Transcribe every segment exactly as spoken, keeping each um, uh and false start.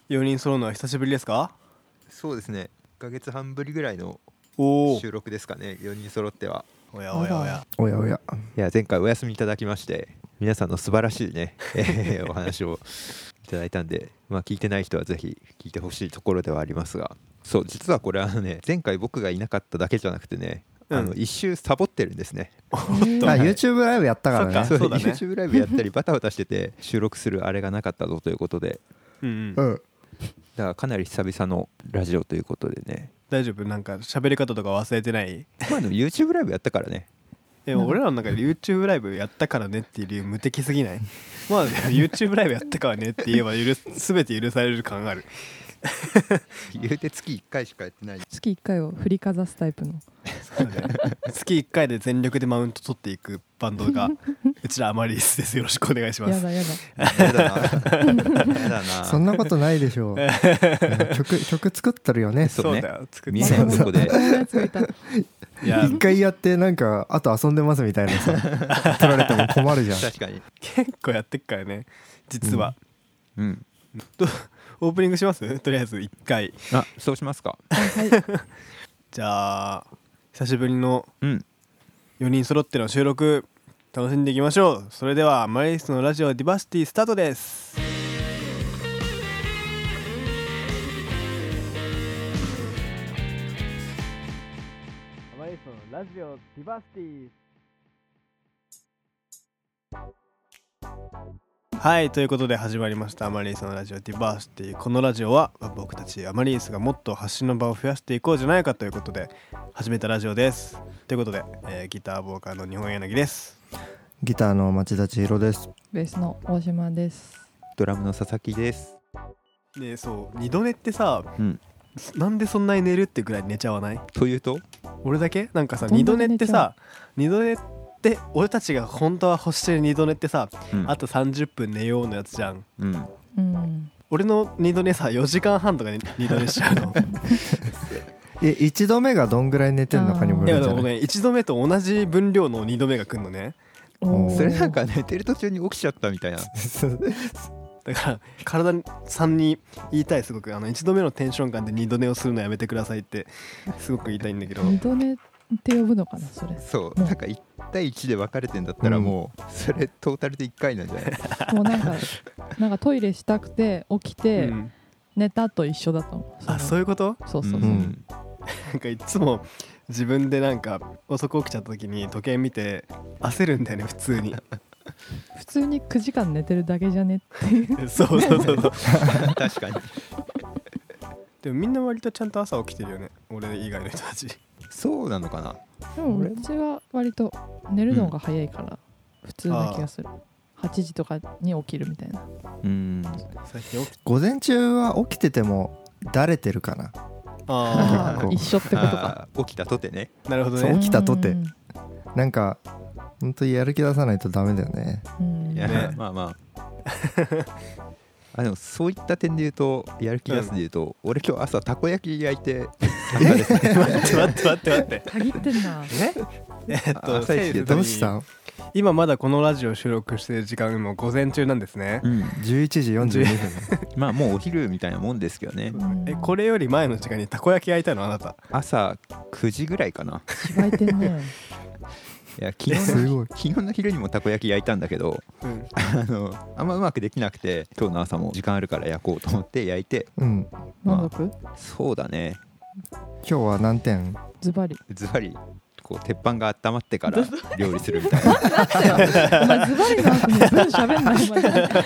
よにん揃うのは久しぶりですか？ そうですね、いっかげつはんぶりぐらいのお収録ですかね。よにん揃っては。 おやおやおやおやおや。 いや前回お休みいただきまして皆さんの素晴らしいね、えーお話をいただいたんで、まあ、聞いてない人はぜひ聞いてほしいところではありますが、そう実はこれあのね前回僕がいなかっただけじゃなくてね、 うんあの一周サボってるんですね。 あ YouTube ライブやったからね。 そっかそうだね YouTube ライブやったりバタバタしてて収録するあれがなかったぞということで、 うんうん、 うん。 だからかなり久々のラジオということでね。 大丈夫？なんか喋り方とか忘れてない？ まあでも YouTube ライブやったからね。 でも俺らの中で YouTube ライブやったからねっていう理由無敵すぎない？まあ YouTube ライブやったからねって言えば許す全て許される感がある。 言うて月いっかいしかやってない。 月いっかいを振りかざすタイプの。 そうね、月いっかいで全力でマウント取っていくバンドがうちらアマリースです。よろしくお願いします。 やだやだ。 やだなやだな。 そんなことないでしょう。曲曲作ってるよね。 そうねだよ、作っ見えないとこでこんなやつがいた。 いや一回やってなんかあと遊んでますみたいなさ取られても困るじゃん。 確かに。 結構やってっからね実は、 うん。 とオープニングします？とりあえずいっかい。 あ、そうしますか。 はい。 じゃあ久しぶりのうん。 よにん揃っての収録楽しんでいきましょう。それではアマリースのラジオディバーシティスタートです。アマリースのラジオディバーシティ。はい、ということで始まりましたアマリースのラジオディバーシティ。このラジオは僕たちアマリースがもっと発信の場を増やしていこうじゃないかということで始めたラジオです。ということで、えーギターボーカルの日本柳です。 ギターの町田千尋です。 ベースの大島です。 ドラムの佐々木です。 でそう二度寝ってさ、 うん。 なんでそんなに寝るってぐらい寝ちゃわない？ というと、 俺だけ？なんかさどんだけ二度寝って寝ちゃさ二度寝って俺たちが本当は欲してる二度寝ってさ、 うん、 あとさんじゅっぷん寝ようのやつじゃん。 うん。 うん。 俺の二度寝さよじかんはんとかで二度寝しちゃうの。 え一度目がどんぐらい寝てるのかにもいやでもよるんじゃない？ ね一度目と同じ分量の二度目が来るのね。 おーそれなんか寝てる途中に起きちゃったみたいな。 だから体さんに言いたい、すごくあの一度目のテンション感で二度寝をするのやめてくださいってすごく言いたいんだけど、 二度寝って呼ぶのかなそれ。 そう、なんかいち対いちで分かれてんだったらもう、それトータルでいっかいなんじゃない？ もうなんかなんかトイレしたくて起きて、 うん、 寝たと一緒だと思う。 あそういうこと？ そうそうそう。 ん。 なんかいつも自分でなんか遅く起きちゃった時に時計見て焦るんだよね普通に。 普通にくじかん寝てるだけじゃねっていう。 そうそうそうそう。 確かに。 でもみんな割とちゃんと朝起きてるよね、俺以外の人たち。 そうなのかな。 でもうちは割と寝るのが早いから普通な気がする。はちじとかに起きるみたいな。 うん。 最近起き午前中は起きててもだれてるかな。 あこう一緒ってことか。 あー起きたとてね。 あなるほどね。 そう起きたとてうんなんか本当にやる気出さないとダメだよね。 うんいや、 ねまあまあ。あでもそういった点で言うと、やる気出すで言うと、俺今日朝たこ焼き焼いて参加ですね。 待って待って待って待って。 限ってんな。 ええっと朝一でどうしたん？ 今まだこのラジオ収録してる時間も午前中なんですね。 うん。 じゅういちじよんじゅうにふん。 まあもうお昼みたいなもんですけどね。 うんえこれより前の時間にたこ焼き焼いたのあなた？ 朝くじぐらいかな。 しばいてんね。 いや昨日すごい。 昨日の昼にもたこ焼き焼いたんだけど、 うんあのあんまうまくできなくて、今日の朝も時間あるから焼こうと思って焼いて、 うん。 満足？ そうだね、 今日は何点？ ズバリ。 ズバリこう鉄板が温まってから料理するみたいな。 お前ズバリの後に文喋んないお前。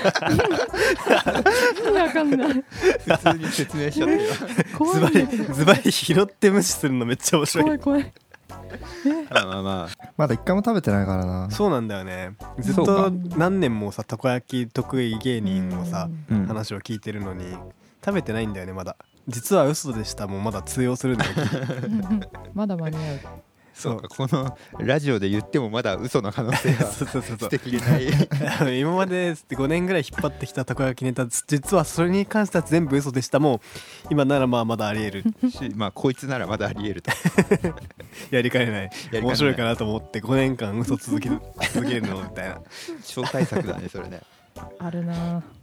意味わかんない。 普通に説明しちゃってる。 怖ズバリいんだけど。 ズバリ拾って無視するのめっちゃ面白い。 怖い怖い。 まあまあまあ、 まだ一回も食べてないからな。 そうなんだよね。ずっそうとか何年もさたこ焼き得意芸人のさうん、 話を聞いてるのに食べてないんだよねまだ。実は嘘でしたもうまだ通用するんだよ。 まだ間に合う。 そうか、このラジオで言ってもまだ嘘の可能性がそうそうそうそう捨てきれない。 今までごねんぐらい引っ張ってきたたこ焼きネタ、実はそれに関しては全部嘘でしたもん。今ならまあまだあり得るし、まあこいつならまだあり得ると。 やりかねないやりかねない面白いかなと思ってごねんかん嘘続け続けるのみたいな。 超大作だねそれね。 あるな。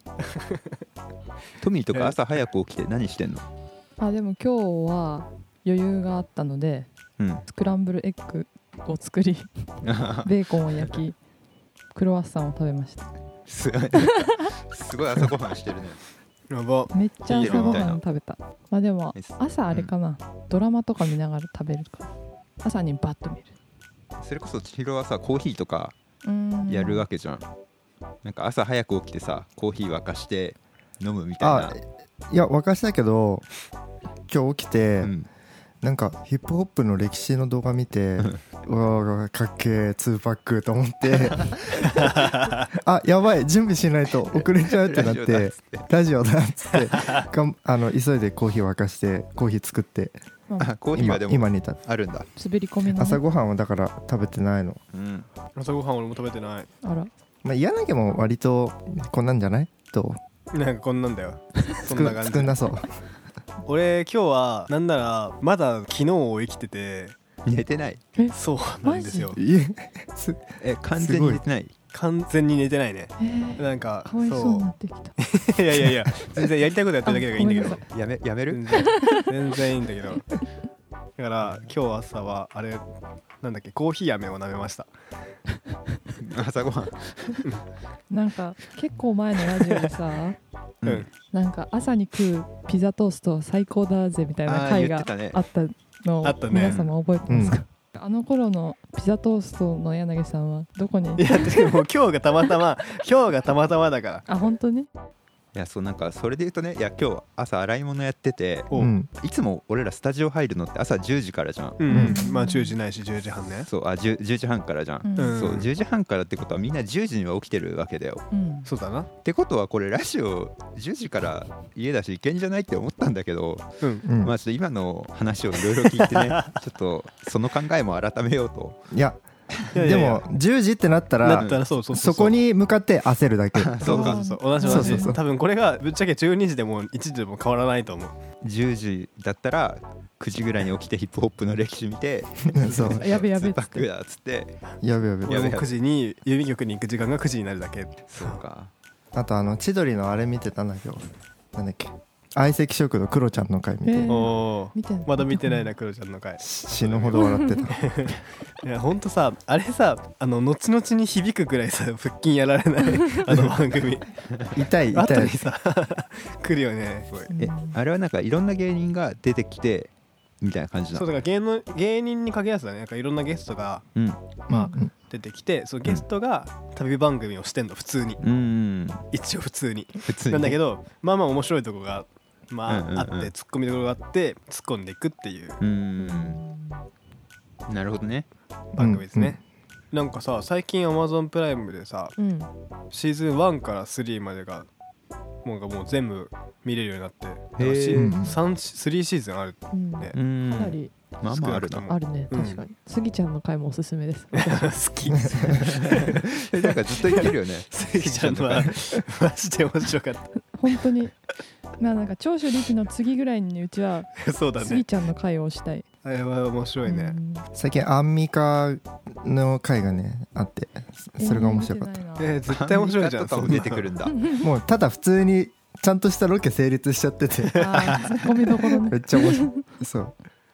トミーとか朝早く起きて何してんの？ あでも今日は余裕があったのでうんスクランブルエッグを作りベーコンを焼きクロワッサンを食べました。 すごいすごい朝ごはんしてるね。 やば。 めっちゃ朝ごはん食べた。まあでも朝あれかな、うん、ドラマとか見ながら食べるから朝にバッと見る。 それこそ千尋はさコーヒーとかやるわけじゃん。なんか朝早く起きてさコーヒー沸かして飲むみたいな。 あいや沸かしたけど今日起きて、うん、なんかヒップホップの歴史の動画見てうわかっけーツーパックと思ってあやばい準備しないと遅れちゃうってなってラジオだっつってがんあの急いでコーヒー沸かしてコーヒー作ってあコーヒーはでも今に至ってあるんだ。 滑り込みの、ね、 朝ごはんはだから食べてないの、 うん、朝ごはん俺も食べてない。 あらまあ柳も割とこんなんじゃないとなんかこんなんだよそんな感じ作んなそう俺今日はなんならまだ昨日を生きてて寝てない。 そうなんですよ。 え完全に寝てない。 完全に寝てないね、えー、なんかかわいそうになってきたいやいやいや全然やりたいことやってるだけだからいいんだけどやめやめる全然全然いいんだけどだから今日朝はあれなんだっけコーヒー飴を舐めました朝ごはんなんか結構前のラジオでさ、うん、なんか朝に食うピザトースト最高だぜみたいな回があったのを皆様覚えてますか？あの頃のピザトーストの柳さんはどこに？ いやでも今日がたまたま今日がたまたまだから。 あ本当に？ いやそうなんかそれで言うとねいや今日朝洗い物やってて、 うん、 いつも俺らスタジオ入るのって朝じゅうじからじゃん、 うんうん、まあじゅうじないしじゅうじはんね。 そうあ 10, じゅうじはんからじゃん、うん、そうじゅうじはんからってことはみんなじゅうじには起きてるわけだよ、 うん、そうだな。 ってことはこれラジオじゅうじから家だしいけんじゃないって思ったんだけど、 うんうん、まあちょっと今の話をいろいろ聞いてねちょっとその考えも改めようと。 いやでもじゅうじってなったらそこに向かって焦るだけそうそうそう同じ同じ。多分これがぶっちゃけじゅうにじでもいちじでも変わらないと思う。 じゅうじだったらくじぐらいに起きてヒップホップの歴史見てそうやべやべっつってやつってやべやべ俺もくじに郵便局に行く時間がくじになるだけ。 そうか。 あとあの千鳥のあれ見てたんだけどなんだっけ相席食堂クロちゃんの回見て、 おまだ見てないなクロちゃんの回。 死ぬほど笑ってたいやほんとさあれさあの後々に響くくらいさ腹筋やられないあの番組痛い痛い後にさ来るよねすごい。 えあれはなんかいろんな芸人が出てきてみたいな感じなの？ そうだから芸能芸人に限らずだね。なんかいろんなゲストが、うん、まあ、うん、出てきてそのゲストが旅番組をしてんの普通に、うん、一応普通に普通になんだけどまあまあ面白いとこがまあ、うんうんうん、あってツッコミどころがあって突っ込んでいくっていううんなるほどね番組ですね、うんうん、なんかさ最近 Amazon プライムでさ、うん、シーズンワンからスリーまでがもうもう全部見れるようになってさん、スリーシーズンあるね、 うん、かなりまあまああるなあるね確かに、うん、スギちゃんの回もおすすめです好きなんかずっと言ってるよねスギちゃんのはマジで面白かった本当にまあなんか長州力の次ぐらいにうちはそうだねスギちゃんの回をしたい。 あれは面白いね、うん、 最近アンミカの回がねあってそれが面白かった。 えー、絶対面白いじゃん。 アンミカとかも出てくるんだもうただ普通にちゃんとしたロケ成立しちゃっててあツッコミどころねめっちゃ面白いそう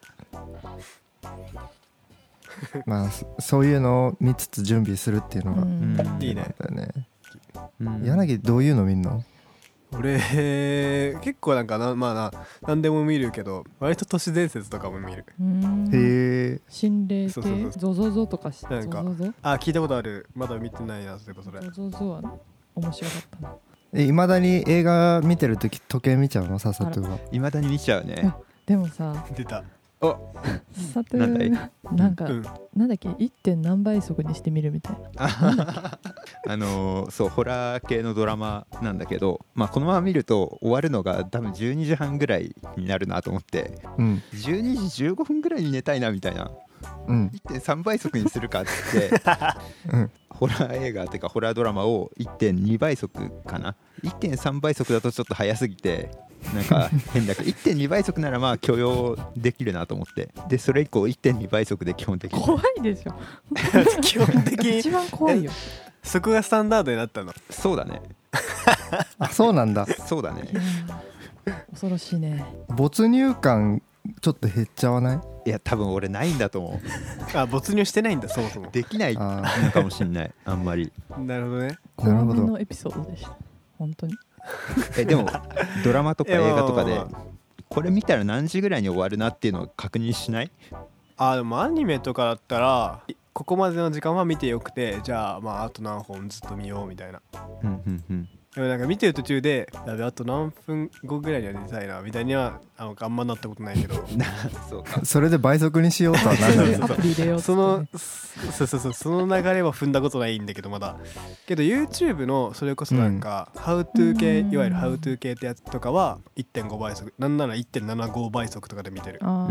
まあそういうのを見つつ準備するっていうのが、うん、 いいね。 柳どういうの見んの？ 俺結構なんかなまあな何でも見るけど割と都市伝説とかも見る。 へえ。 心霊系ゾゾゾとかしなんかあ聞いたことある。まだ見てないなそういえばそれ。 ゾゾゾは面白かったな。 えいまだに映画見てるとき時計見ちゃうの？ささとがいまだに見ちゃうね。 でもさ出たおさとがなんか、うん、なんだっけ いってん 何倍速にして見るみたいなあのー、そうホラー系のドラマなんだけど、まあ、このまま見ると終わるのが多分じゅうにじはんぐらいになるなと思って、うん、じゅうにじじゅうごふんぐらいに寝たいなみたいな、うん、いってんさん 倍速にするかって、うん、ホラー映画っていうかホラードラマを いってんに 倍速かな いってんさん 倍速だとちょっと早すぎてなんか変だけど いってんに 倍速ならまあ許容できるなと思ってでそれ以降 いってんに 倍速で基本的に怖いでしょ基本的に一番怖いよそこがスタンダードになったの。 そうだねあ、そうなんだ。 そうだね。 恐ろしいね。 没入感ちょっと減っちゃわない？ いや多分俺ないんだと思う。あ、没入してないんだそもそも。 できないのかもしんない。あんまり。 なるほどね。 怖めのエピソードでした本当に。 えでもドラマとか映画とかでこれ見たら何時ぐらいに終わるなっていうのを確認しない？ あ、でもアニメとかだったらここまでの時間は見てよくて、じゃあまああと何本ずっと見ようみたいな。 うんうんうん。 でもなんか見てる途中でやべあと何分後ぐらいには寝たいなみたいにはあのあんまなったことないけどそうか。それで倍速にしようとはなんないそのそうそうそうその流れは踏んだことないんだけどまだけど YouTube のそれこそなんか、うん、How to 系いわゆる How to 系ってやつとかは いってんご 倍速なんなら いってんななご 倍速とかで見てる。 あ、うん、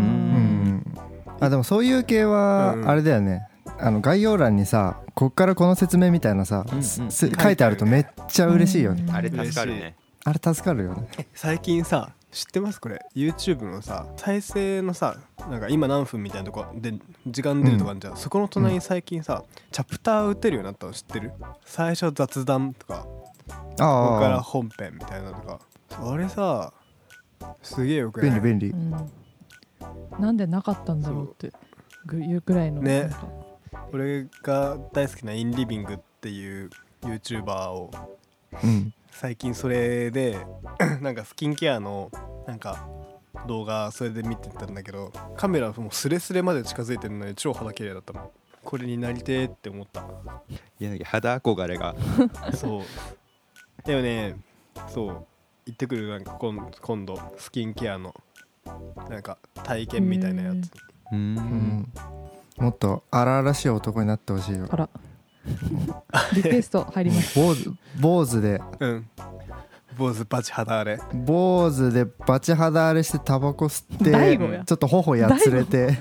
あでもそういう系はあれだよね、うん、あの概要欄にさこっからこの説明みたいなさ、うんうん、書いてあるとめっちゃ嬉しいよね、 うん、あれ助かるね。 あれ助かるよね。 最近さ知ってますこれ YouTube のさ再生のさなんか今何分みたいなとこで時間出るとかあるじゃん、うん、そこの隣に最近さ、うん、チャプター打てるようになったの知ってる？最初雑談とかあここから本編みたいなのとかあれさすげえよくない？ 便利便利、 うん、なんでなかったんだろうっていうくらいのね。俺が大好きなインリビングっていう YouTuber を、うん、最近それでなんかスキンケアのなんか動画それで見てたんだけどカメラもうスレスレまで近づいてるのに超肌綺麗だったもん。これになりてーって思った。 いや肌憧れがそうでもねそう行ってくるなんか 今, 今度スキンケアのなんか体験みたいなやつ。 うーん、うんもっと荒々しい男になってほしいよ。 あらリクエスト入ります。 坊主坊主でうん坊主バチ肌荒れ坊主でバチ肌荒れしてタバコ吸ってちょっと頬やつれて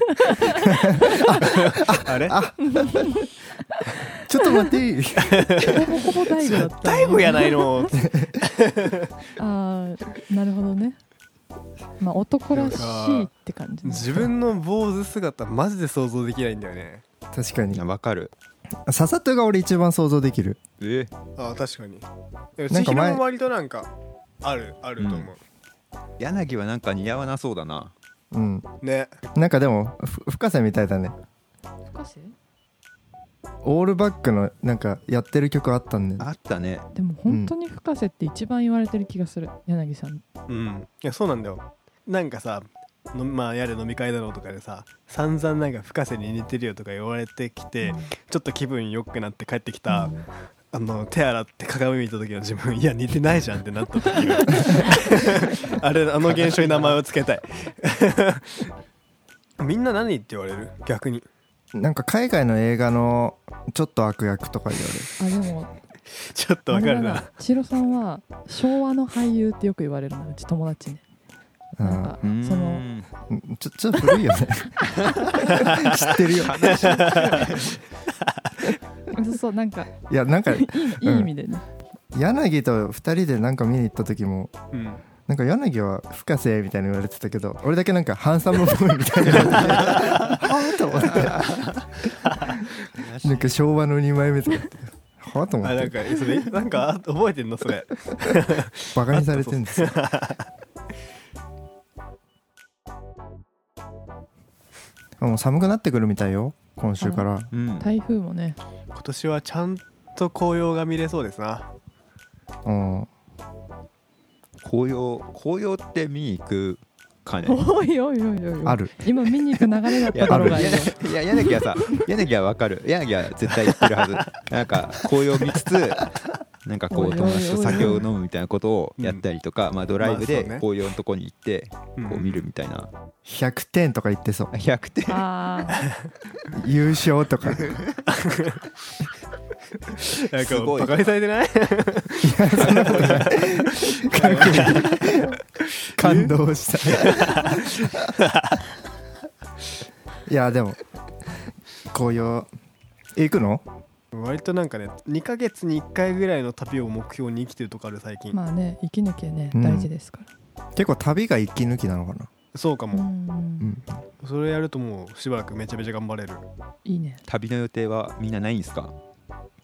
あ, あれあちょっと待ってほぼほぼ大悟だった、ね、 大悟やないのあーなるほどね。まあ男らしいって感じ。 自分の坊主姿マジで想像できないんだよね。 確かにわかる。 ササトが俺一番想像できる。 えあ確かに。千尋も割となんかあるあると思う、うん、 柳はなんか似合わなそうだな。 うんね。 なんかでも深瀬みたいだね。 深瀬オールバックのなんかやってる曲あったんで。 あったね。 でも本当に深瀬って一番言われてる気がする、うん、柳さん。 うんいやそうなんだよ。なんかさのまあやれ飲み会だろうとかでさ散々なんか深瀬に似てるよとか言われてきて、うん、ちょっと気分良くなって帰ってきた、うん、あの手洗って鏡見た時の自分いや似てないじゃんってなった時あれあの現象に名前をつけたいみんな何って言われる？逆になんか海外の映画のちょっと悪役とか言われる。 あでもちょっとわかるな。 千尋さんは昭和の俳優ってよく言われるな、うち友達に。なんかそのちょちょっと古いよね知ってるよそうそうなんかいやなんかいい、 いい意味でね、 うん、柳とふたりでなんか見に行った時も、うん、なんか柳は深瀬みたいに言われてたけど俺だけなんかハンサムボーイみたいなはぁと思ってなんか昭和のにまいめとかってはぁと思ってあなんかそれなんか覚えてんのそれバカにされてるんですよもう寒くなってくるみたいよ今週から、 うん、台風もね今年はちゃんと紅葉が見れそうですな。 うん紅葉紅葉って見に行くかね。 おいおいおいおいある今見に行く流れだったからがいいや柳はさ柳は分かる柳は絶対行ってるはずなんか紅葉見つつなんかこう友達と酒を飲むみたいなことをやったりとか、まあドライブで紅葉のとこに行ってこう見るみたいな。 ひゃくてんとか言ってそう。 ひゃくてんあ優勝とかなんかバカにされてない？いやそんなことない感動したいやでも紅葉行くの？ 割となんかねにかげつにいっかいぐらいの旅を目標に生きてるとこある最近。 まあね息抜きね大事ですから、 うん、結構旅が息抜きなのかな。 そうかも、うんうん、 それやるともうしばらくめちゃめちゃ頑張れる。 いいね。 旅の予定はみんなないんですか？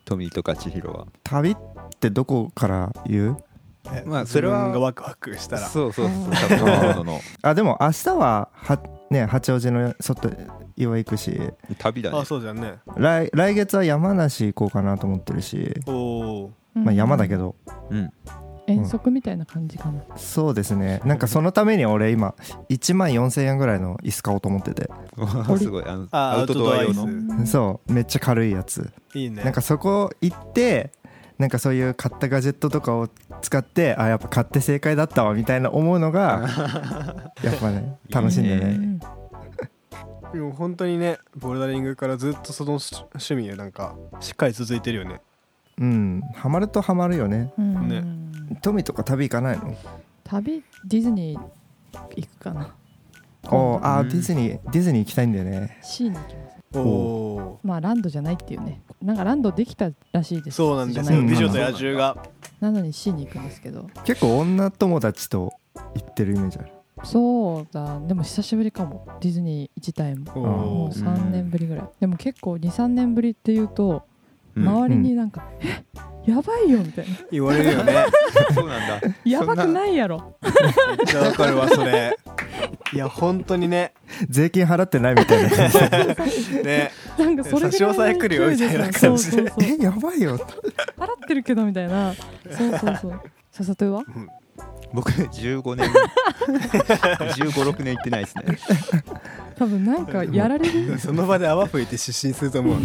トミーとか千尋は。 旅ってどこから言う？ えまあそれは自分がワクワクしたら。 そうそうそう食べ物のあでも明日ははね八王子の外岩行くし旅だね。 あそうじゃんね。 来来月は山梨行こうかなと思ってるし、 おまあ山だけど、 うん、 遠足みたいな感じかな、 うん、そうですね。なんかそのために俺今いちまんよんせんえんぐらいの椅子買おうと思っててすごいあのあアウトドア用のそうめっちゃ軽いやついいね。 なんかそこ行ってなんかそういう買ったガジェットとかを使ってあやっぱ買って正解だったわみたいな思うのがやっぱね楽しいんだよね。いいねでも本当にねボルダリングからずっとその趣味なんかしっかり続いてるよね。 うんハマるとハマるよね。 ねトミとか旅行かないの？ 旅ディズニー行くかな。 おあディズニーディズニー行きたいんだよね。 シーに行きます。 おまあランドじゃないっていうね。なんかランドできたらしいです。 そうなんですよ、美女と野獣が。 なのに C に行くんですけど結構女友達と行ってるイメージある。 そうだでも久しぶりかもディズニー自体ももうさんねんぶりぐらい。でも結構 にさんねんぶりっていうと周りになんか、うん、えやばいよみたいな言われるよねそうなんだやばくないやろめっちゃわかるわそれ。いや本当にね税金払ってないみたいな感じねなんかそれぐらいの勢いで差し押さえ来るよみたいな感じでえやばいよ払ってるけどみたいな。そうそうそうささとは、うん、 僕じゅうごねんじゅうご、ろくねん行ってないですね多分なんかやられるその場で泡吹いて失神すると思う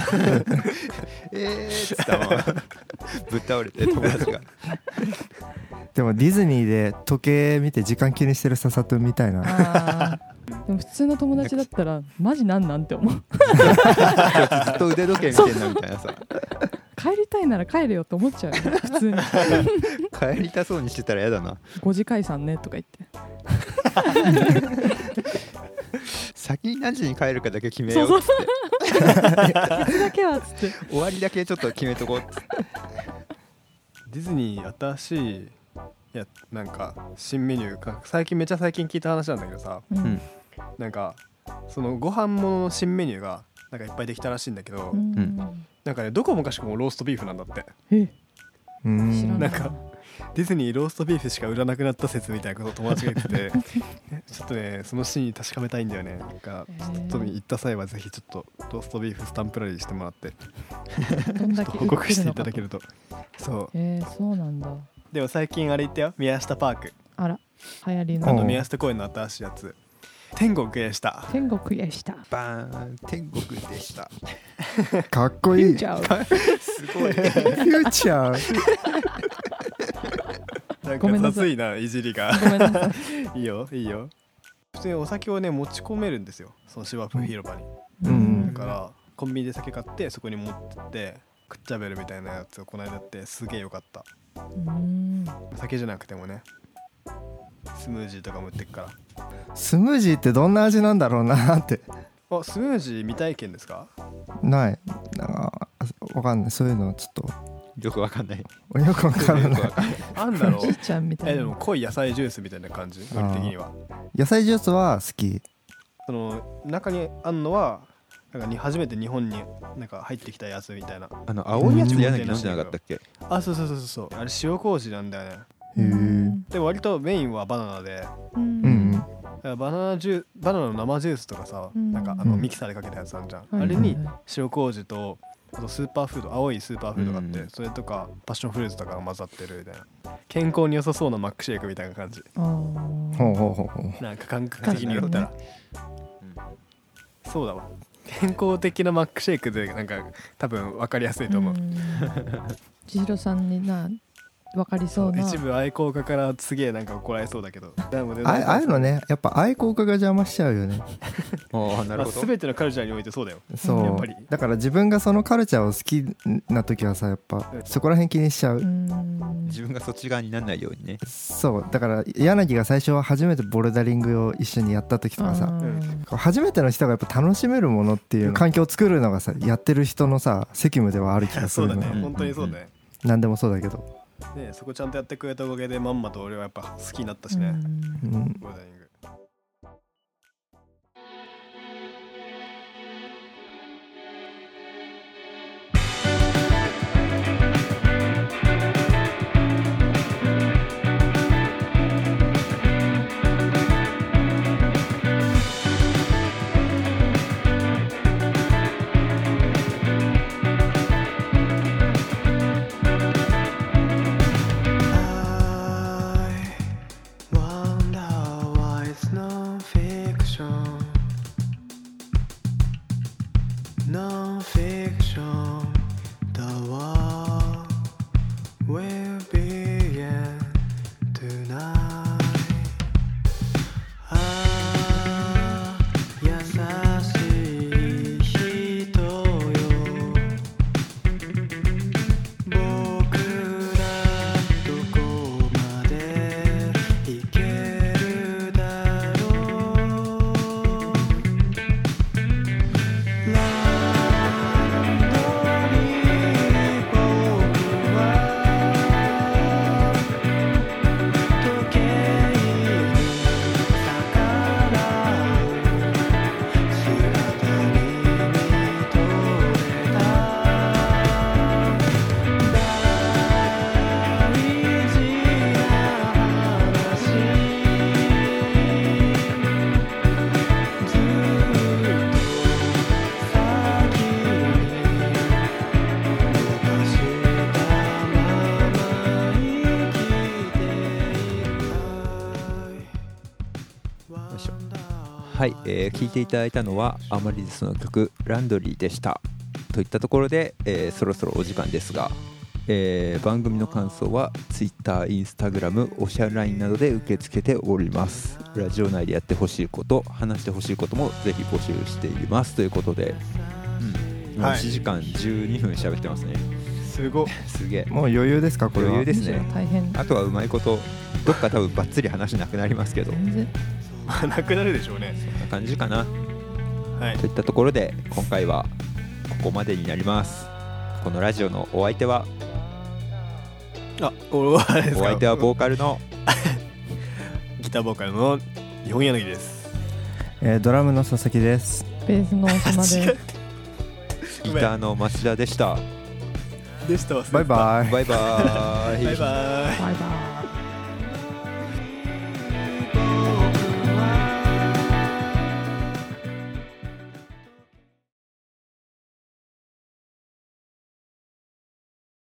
えーっつったままぶっ倒れて友達がでもディズニーで時計見て時間気にしてるささとみたいな。 あでも普通の友達だったらマジなんなんて思うずっと腕時計見てんなみたいなさ帰りたいなら帰れよって思っちゃうよね普通に帰りたそうにしてたら嫌だな。 ごじ解散ねとか言って先に何時に帰るかだけ決めようっつって鉄だけはっつって終わりだけちょっと決めとこうっつってディズニー新しいいやなんか新メニューか最近めっちゃ最近聞いた話なんだけどさ、うん、なんかそのご飯ものの新メニューがなんかいっぱいできたらしいんだけど、うん、なんかねどこもかしこもローストビーフなんだって。 えうんなんかディズニーローストビーフしか売らなくなった説みたいなことを友達が言っててちょっとねそのシーンに確かめたいんだよね。なんかちょっと行った際はぜひちょっとローストビーフスタンプラリーしてもらってどんだけ報告していただけると。そうえー、そうなんだ。 でも最近あれ言ったよ宮下パーク。 あら流行りのあの宮下公園の新しいやつ天国でした。 天国でした。 バーン天国でしたかっこいいすごいフューチャーなんか雑いないじりがごめんなさいいいよいいよ。普通にお酒をね持ち込めるんですよその芝生広場に、 うん、 だからコンビニで酒買ってそこに持ってってクッチャベルみたいなやつをこの間やってすげえよかった。 うん酒じゃなくてもねスムージーとかも売ってっから。 スムージーってどんな味なんだろうなって。 あスムージー未体験ですか？ ないなんかわかんないそういうのちょっとよくわかんないよくわからないなんだろうおじいちゃんみたいな。 えでも濃い野菜ジュースみたいな感じノリ的には。 野菜ジュースは好き。 その中にあんのはなんかに初めて日本になんか入ってきたやつみたいな。 あの青いやつで柳飲んでなかったっけ？ あそうそうそうそうあれ塩麹なんだよね。 へーで割とメインはバナナで、 うんうん、バナナジュバナナの生ジュースとかさ、うん、なんかあのミキサーでかけたやつあるじゃん、うん、あれに塩麹とあとスーパーフード青いスーパーフードがあって、うん、それとかパッションフルーツとかが混ざってるみたいな健康に良さそうなマックシェイクみたいな感じ。 ほうほうほうほうなんか感覚的に言ったら、ねうん、そうだわ健康的なマックシェイクでなんか多分分かりやすいと思う。 千尋さんにな分かりそうな一部愛好家からすげえなんか怒られそうだけどでもああいうのねやっぱ愛好家が邪魔しちゃうよねあなるほど、 まあ、全てのカルチャーにおいてそうだよ。 そうやっぱりだから自分がそのカルチャーを好きな時はさやっぱそこら辺気にしちゃう。 うん自分がそっち側にならないようにね。 そうだから柳が最初は初めてボルダリングを一緒にやった時とかさ、うん、初めての人がやっぱ楽しめるものっていう環境を作るのがさやってる人のさ責務ではある気がするの。 そうだね本当にそうだね、 うん、何でもそうだけどね、そこちゃんとやってくれたおかげでまんまと俺はやっぱ好きになったしね、うん、ボルダリング。 はい、えー、聴いていただいたのはアマリリスの曲ランドリーでしたといったところで、えー、そろそろお時間ですが、えー、番組の感想は Twitter、Instagram、オフィシャル ライン などで受け付けております。ラジオ内でやってほしいこと、話してほしいこともぜひ募集していますということで、うん、もういちじかんじゅうにふん喋ってますね。 すごすげえ。 もう余裕ですかこれは。 余裕ですね。 大変。 あとはうまいことどっか多分バッツリ話なくなりますけど全然なくなるでしょうね。 そんな感じかな。 はい。 といったところで今回はここまでになります。このラジオのお相手はあ、お相手はボーカルのギターボーカルの日本柳です、 えー、ドラムの佐々木です。 ベースの大島です。 ギターの町田でした。 でした。 バイバイバイバイバイバイバイバイ。